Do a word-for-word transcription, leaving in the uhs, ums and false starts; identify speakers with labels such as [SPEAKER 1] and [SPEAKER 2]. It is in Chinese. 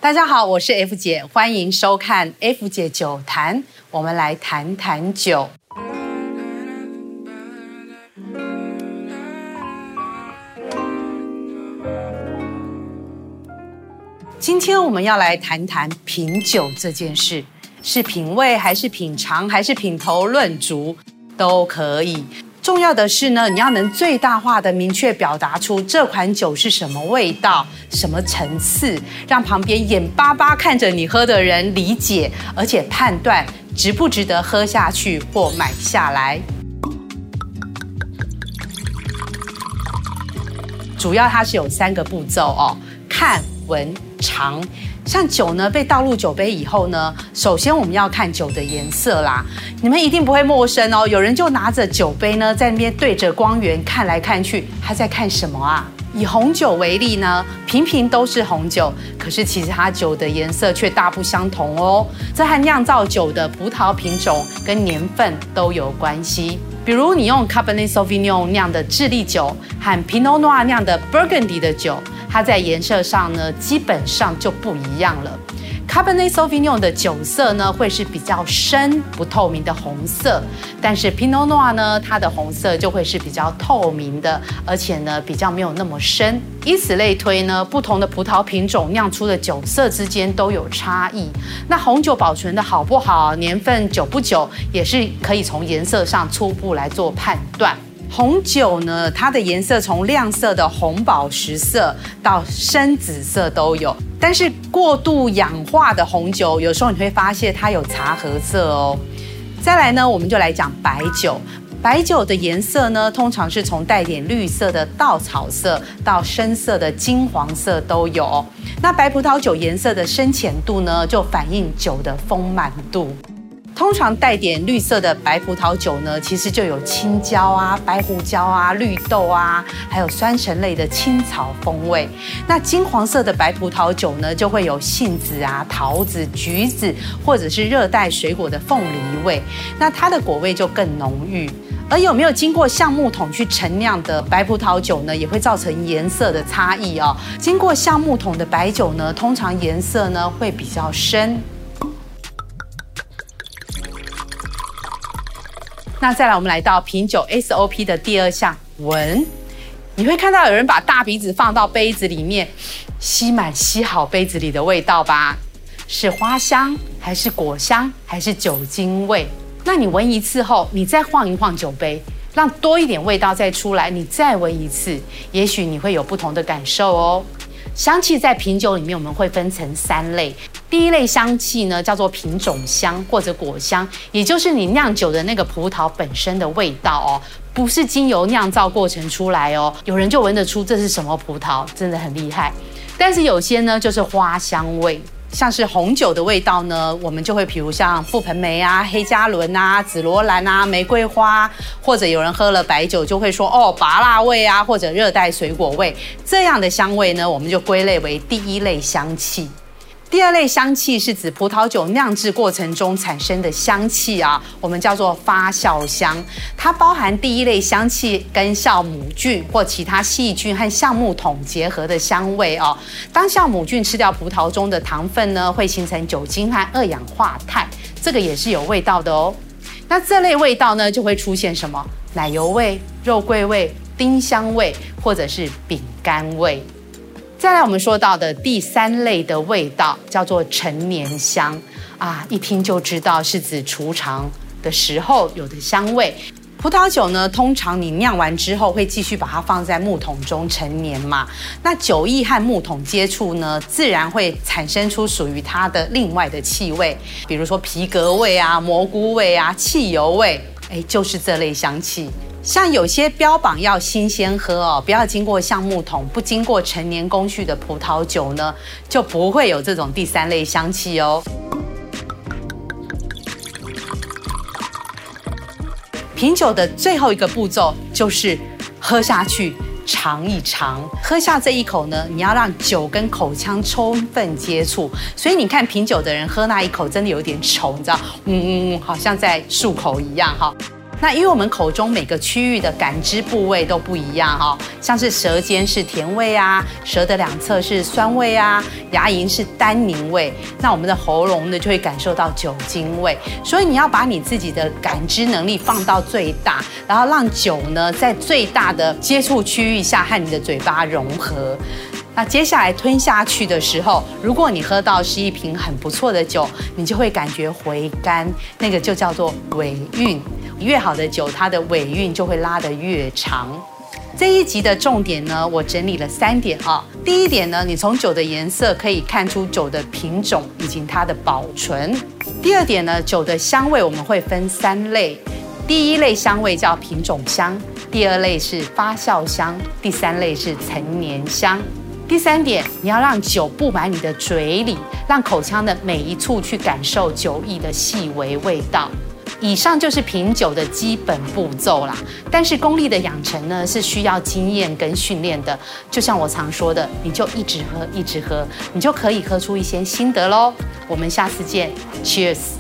[SPEAKER 1] 大家好，我是 F 姐，欢迎收看 F 姐酒谈，我们来谈谈酒。今天我们要来谈谈品酒这件事，是品味还是品尝还是品头论足都可以。重要的是呢，你要能最大化的明确表达出这款酒是什么味道、什么层次，让旁边眼巴巴看着你喝的人理解，而且判断值不值得喝下去或买下来。主要它是有三个步骤哦，看、闻、尝。像酒呢被倒入酒杯以后呢，首先我们要看酒的颜色啦。你们一定不会陌生哦，有人就拿着酒杯呢，在那边对着光源看来看去，他在看什么啊？以红酒为例呢，瓶瓶都是红酒，可是其实它酒的颜色却大不相同哦。这和酿造酒的葡萄品种跟年份都有关系。比如你用 Cabernet Sauvignon 酿的智利酒和 Pinot Noir 酿的 Burgundy 的酒，它在颜色上呢，基本上就不一样了。Cabernet Sauvignon 的酒色呢，会是比较深、不透明的红色，但是 Pinot Noir 呢，它的红色就会是比较透明的，而且呢，比较没有那么深。以此类推呢，不同的葡萄品种酿出的酒色之间都有差异。那红酒保存的好不好，年份久不久，也是可以从颜色上初步来做判断。红酒呢，它的颜色从亮色的红宝石色到深紫色都有，但是过度氧化的红酒，有时候你会发现它有茶褐色哦。再来呢，我们就来讲白酒。白酒的颜色呢，通常是从带点绿色的稻草色到深色的金黄色都有。那白葡萄酒颜色的深浅度呢，就反映酒的丰满度。通常带点绿色的白葡萄酒呢，其实就有青椒啊、白胡椒啊、绿豆啊，还有酸橙类的青草风味。那金黄色的白葡萄酒呢，就会有杏子啊、桃子、橘子，或者是热带水果的凤梨味。那它的果味就更浓郁。而有没有经过橡木桶去陈酿的白葡萄酒呢，也会造成颜色的差异哦。经过橡木桶的白酒呢，通常颜色呢会比较深。那再来，我们来到品酒 S O P 的第二项闻。你会看到有人把大鼻子放到杯子里面，吸满吸好杯子里的味道吧？是花香，还是果香，还是酒精味？那你闻一次后，你再晃一晃酒杯，让多一点味道再出来，你再闻一次，也许你会有不同的感受哦。香气在品酒里面，我们会分成三类。第一类香气呢，叫做品种香或者果香，也就是你酿酒的那个葡萄本身的味道哦，不是经由酿造过程出来哦。有人就闻得出这是什么葡萄，真的很厉害。但是有些呢，就是花香味。像是红酒的味道呢，我们就会比如像覆盆梅啊、黑加仑啊、紫罗兰啊、玫瑰花，或者有人喝了白酒就会说哦，芭乐味啊，或者热带水果味，这样的香味呢，我们就归类为第一类香气。第二类香气是指葡萄酒酿制过程中产生的香气啊，我们叫做发酵香。它包含第一类香气跟酵母菌或其他细菌和橡木桶结合的香味哦。当酵母菌吃掉葡萄中的糖分呢，会形成酒精和二氧化碳，这个也是有味道的哦。那这类味道呢，就会出现什么？奶油味、肉桂味、丁香味，或者是饼干味。再来我们说到的第三类的味道叫做陈年香啊，一听就知道是指储藏的时候有的香味。葡萄酒呢，通常你酿完之后会继续把它放在木桶中陈年嘛，那酒液和木桶接触呢，自然会产生出属于它的另外的气味，比如说皮革味啊、蘑菇味啊、汽油味，哎，就是这类香气。像有些标榜要新鲜喝哦，不要经过橡木桶、不经过陈年工序的葡萄酒呢，就不会有这种第三类香气哦。品酒的最后一个步骤就是喝下去，尝一尝。喝下这一口呢，你要让酒跟口腔充分接触，所以你看品酒的人喝那一口真的有点稠，你知道，嗯，好像在漱口一样哈。 那因为我们口中每个区域的感知部位都不一样哈，像是舌尖是甜味啊，舌的两侧是酸味啊，牙龈是单宁味，那我们的喉咙呢就会感受到酒精味。所以你要把你自己的感知能力放到最大，然后让酒呢在最大的接触区域下和你的嘴巴融合。那接下来吞下去的时候，如果你喝到是一瓶很不错的酒，你就会感觉回甘，那个就叫做尾韵。越好的酒，它的尾韵就会拉得越长。这一集的重点呢，我整理了三点啊。第一点呢，你从酒的颜色可以看出酒的品种以及它的保存。第二点呢，酒的香味我们会分三类，第一类香味叫品种香，第二类是发酵香，第三类是陈年香。第三点，你要让酒布满你的嘴里，让口腔的每一处去感受酒液的细微味道。以上就是品酒的基本步骤啦，但是功力的养成呢，是需要经验跟训练的。就像我常说的，你就一直喝，一直喝，你就可以喝出一些心得咯。我们下次见 ，Cheers。